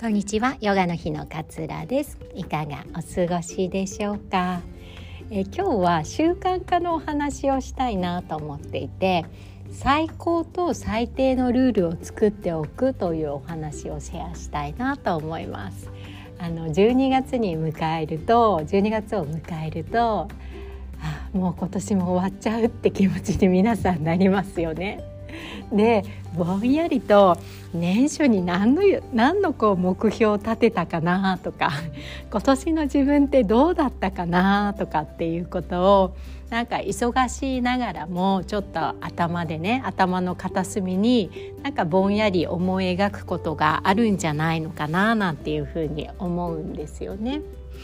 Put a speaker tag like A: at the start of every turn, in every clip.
A: こんにちは、ヨガの日の桂です。いかがお過ごしでしょうか。今日は習慣化のお話をしたいなと思っていて、最高と最低のルールを作っておくというお話をシェアしたいなと思います。12月を迎えるともう今年も終わっちゃうって気持ちに皆さんなりますよね。でぼんやりと年初に何の目標を立てたかなとか、今年の自分ってどうだったかなとかっていうことを忙しいながらもちょっと頭の片隅にぼんやり思い描くことがあるんじゃないのかななんていうふうに思うんですよね。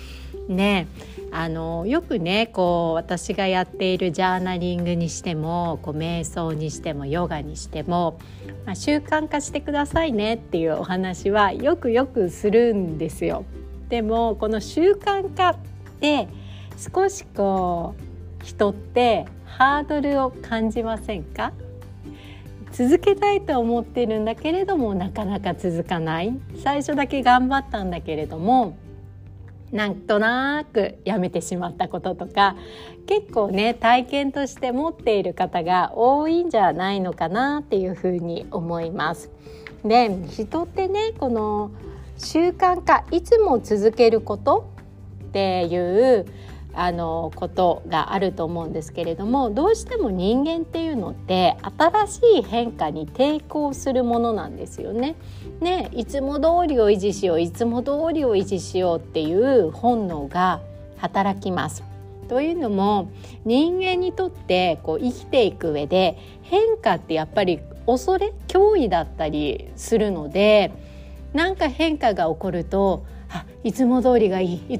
A: よく私がやっているジャーナリングにしても瞑想にしてもヨガにしても、習慣化してくださいねっていうお話はよくするんですよ。でもこの習慣化って少し人ってハードルを感じませんか？続けたいと思ってるんだけれどもなかなか続かない。最初だけ頑張ったんだけれどもなんとなくやめてしまったこととか、結構体験として持っている方が多いんじゃないのかなっていうふうに思います。で、人ってこの習慣化、いつも続けることっていうことがあると思うんですけれども、どうしても人間っていうのって新しい変化に抵抗するものなんですよね。いつも通りを維持しようっていう本能が働きます。というのも人間にとって生きていく上で変化ってやっぱり脅威だったりするので、変化が起こるといつも通りがいいって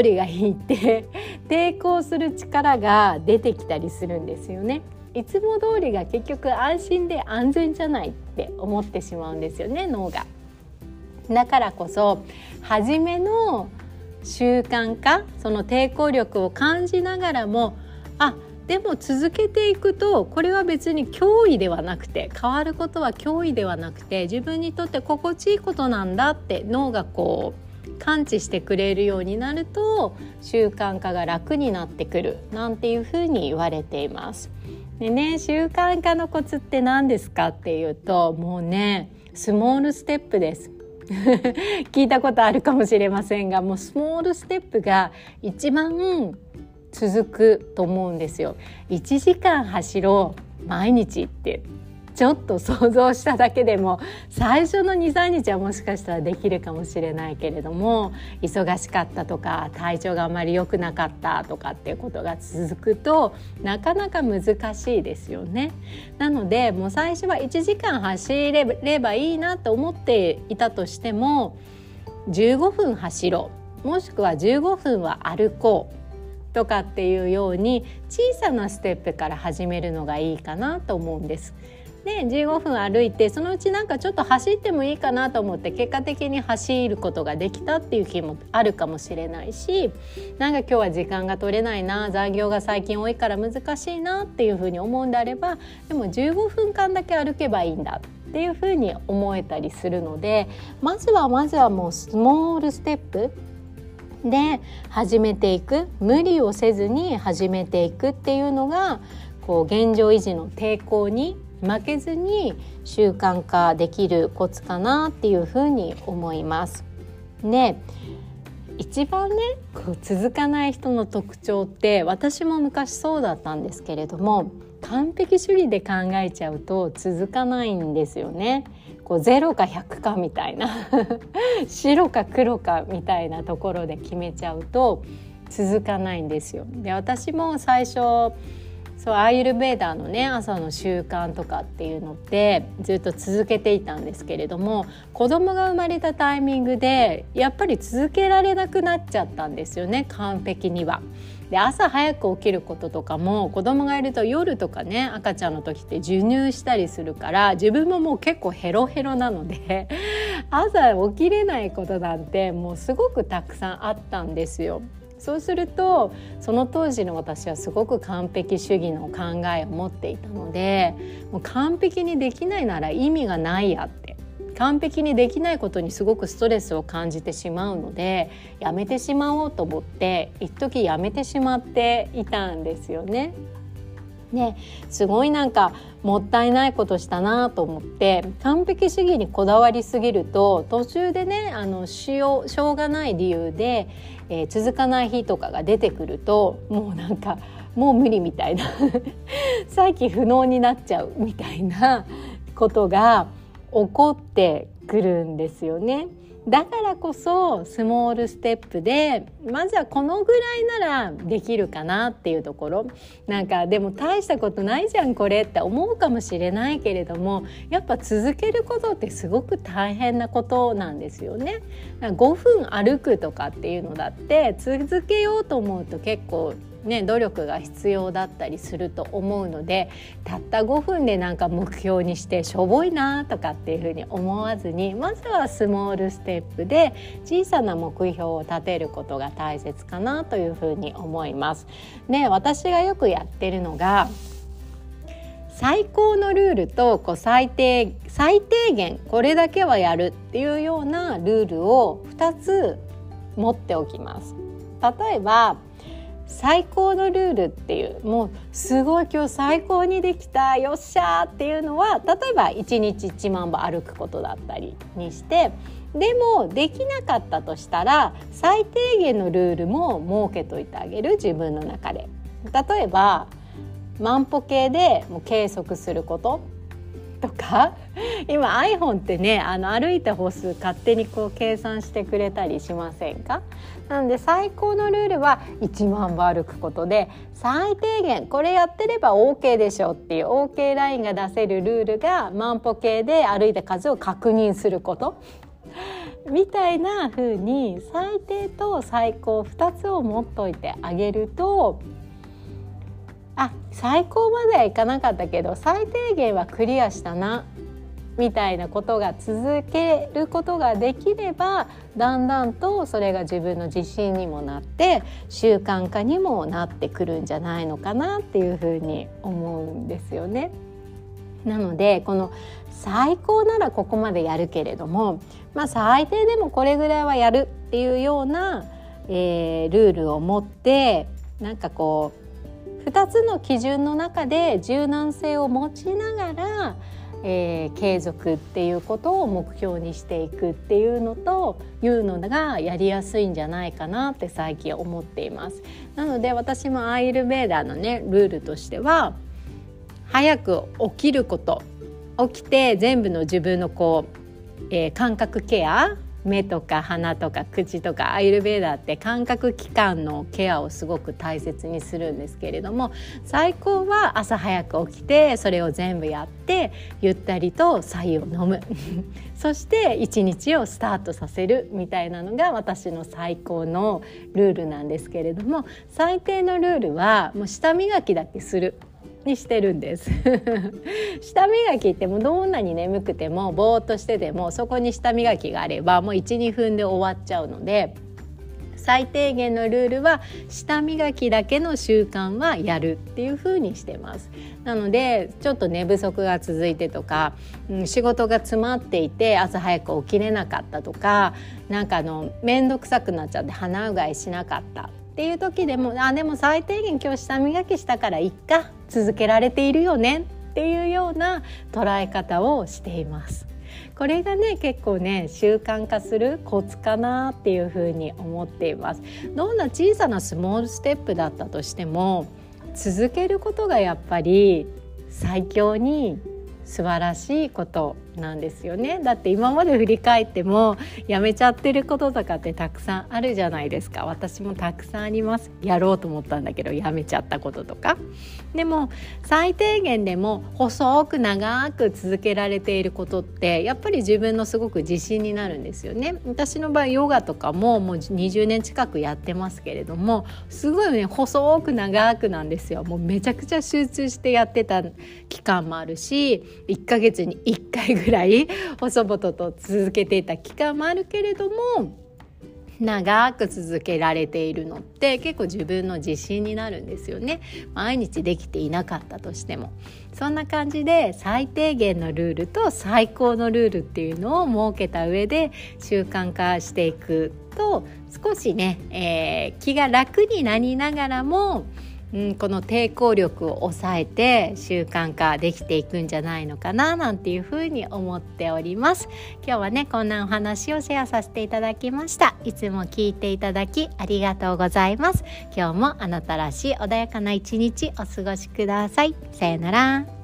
A: 抵抗する力が出てきたりするんですよね。いつも通りが結局安心で安全じゃないって思ってしまうんですよね、脳が。だからこそ初めの習慣化、その抵抗力を感じながらもでも続けていくとこれは別に脅威ではなくて、変わることは脅威ではなくて自分にとって心地いいことなんだって脳が感知してくれるようになると習慣化が楽になってくるなんていうふうに言われています。で習慣化のコツって何ですかっていうと、もうスモールステップです聞いたことあるかもしれませんが、もうスモールステップが一番続くと思うんですよ。1時間走ろう毎日ってちょっと想像しただけでも最初の 2,3 日はもしかしたらできるかもしれないけれども、忙しかったとか体調があまり良くなかったとかっていうことが続くとなかなか難しいですよね。なのでもう最初は1時間走ればいいなと思っていたとしても、15分走ろう、もしくは15分は歩こうとかっていうように小さなステップから始めるのがいいかなと思うんです。で15分歩いてそのうちちょっと走ってもいいかなと思って結果的に走ることができたっていう日もあるかもしれないし、今日は時間が取れないな、残業が最近多いから難しいなっていうふうに思うんであれば、でも15分間だけ歩けばいいんだっていうふうに思えたりするので、まずはもうスモールステップで始めていく、無理をせずに始めていくっていうのが現状維持の抵抗に負けずに習慣化できるコツかなっていうふうに思います。で一番続かない人の特徴って、私も昔そうだったんですけれども、完璧主義で考えちゃうと続かないんですよね。0か100かみたいな白か黒かみたいなところで決めちゃうと続かないんですよ。で私も最初アーユルヴェーダーの朝の習慣とかっていうのってずっと続けていたんですけれども、子供が生まれたタイミングでやっぱり続けられなくなっちゃったんですよね、完璧には。で朝早く起きることとかも、子供がいると夜とか赤ちゃんの時って授乳したりするから、自分ももう結構ヘロヘロなので朝起きれないことなんてもうすごくたくさんあったんですよ。そうするとその当時の私はすごく完璧主義の考えを持っていたので、もう完璧にできないなら意味がないやって完璧にできないことにすごくストレスを感じてしまうので、やめてしまおうと思って一時やめてしまっていたんですよね。すごいなんかもったいないことしたなと思って、完璧主義にこだわりすぎると途中でねしょうがない理由で、続かない日とかが出てくると、もうなんかもう無理みたいな再起不能になっちゃうみたいなことが起こってくるんですよね。だからこそスモールステップでまずはこのぐらいならできるかなっていうところ、なんかでも大したことないじゃんこれって思うかもしれないけれども、やっぱ続けることってすごく大変なことなんですよね。5分歩くとかっていうのだって続けようと思うと結構努力が必要だったりすると思うので、たった5分でなんか目標にしてしょぼいなとかっていうふうに思わずに、まずはスモールステップで小さな目標を立てることが大切かなというふうに思います。私がよくやってるのが、最高のルールと最低限これだけはやるっていうようなルールを2つ持っておきます。例えば最高のルールっていう、もうすごい今日最高にできたよっしゃーっていうのは、例えば1日1万歩歩くことだったりにして、でもできなかったとしたら最低限のルールも設けといてあげる、自分の中で。例えば万歩計でもう計測することとか、今 iPhone ってね歩いた歩数勝手に計算してくれたりしませんか？なので最高のルールは1万歩歩くことで、最低限これやってれば OK でしょっていう OK ラインが出せるルールが万歩計で歩いた数を確認することみたいな風に、最低と最高2つを持っといてあげると、最高まではいかなかったけど最低限はクリアしたなみたいなことが続けることができれば、だんだんとそれが自分の自信にもなって習慣化にもなってくるんじゃないのかなっていうふうに思うんですよね。なのでこの最高ならここまでやるけれども、最低でもこれぐらいはやるっていうような、ルールを持って、なんか2つの基準の中で柔軟性を持ちながら、継続っていうことを目標にしていくっていうのがやりやすいんじゃないかなって最近思っています。なので私もアイルベーダーのねルールとしては、早く起きること、起きて全部の自分の感覚ケア、目とか鼻とか口とか、アイルベーダーって感覚器官のケアをすごく大切にするんですけれども、最高は朝早く起きてそれを全部やってゆったりと白湯を飲むそして一日をスタートさせるみたいなのが私の最高のルールなんですけれども、最低のルールはもう舌磨きだけするにしてるんです舌磨きってもうどんなに眠くてもぼーっとしてても、そこに舌磨きがあればもう 1,2 分で終わっちゃうので、最低限のルールは舌磨きだけの習慣はやるっていう風にしてます。なのでちょっと寝不足が続いてとか、仕事が詰まっていて朝早く起きれなかったとか、なんかめんどくさくなっちゃって鼻うがいしなかったっていう時でも、でも最低限今日舌磨きしたからいっか、続けられているよねっていうような捉え方をしています。これがね結構ね習慣化するコツかなっていうふうに思っています。どんな小さなスモールステップだったとしても続けることがやっぱり最強に素晴らしいことなんですよね。だって今まで振り返ってもやめちゃってることとかってたくさんあるじゃないですか。私もたくさんあります。やろうと思ったんだけどやめちゃったこととか。でも最低限でも細く長く続けられていることってやっぱり自分のすごく自信になるんですよね。私の場合ヨガとかももう20年近くやってますけれども、すごいね細く長くなんですよ。もうめちゃくちゃ集中してやってた期間もあるし、1ヶ月に1回ぐらい細々と続けていた期間もあるけれども、 長く続けられているのって結構自分の自信になるんですよね。毎日できていなかったとしても。そんな感じで最低限のルールと最高のルールっていうのを設けた上で習慣化していくと少しね、気が楽になりながらもこの抵抗力を抑えて習慣化できていくんじゃないのかななんていうふうに思っております。今日はねこんなお話をシェアさせていただきました。いつも聞いていただきありがとうございます。今日もあなたらしい穏やかな一日お過ごしください。さよなら。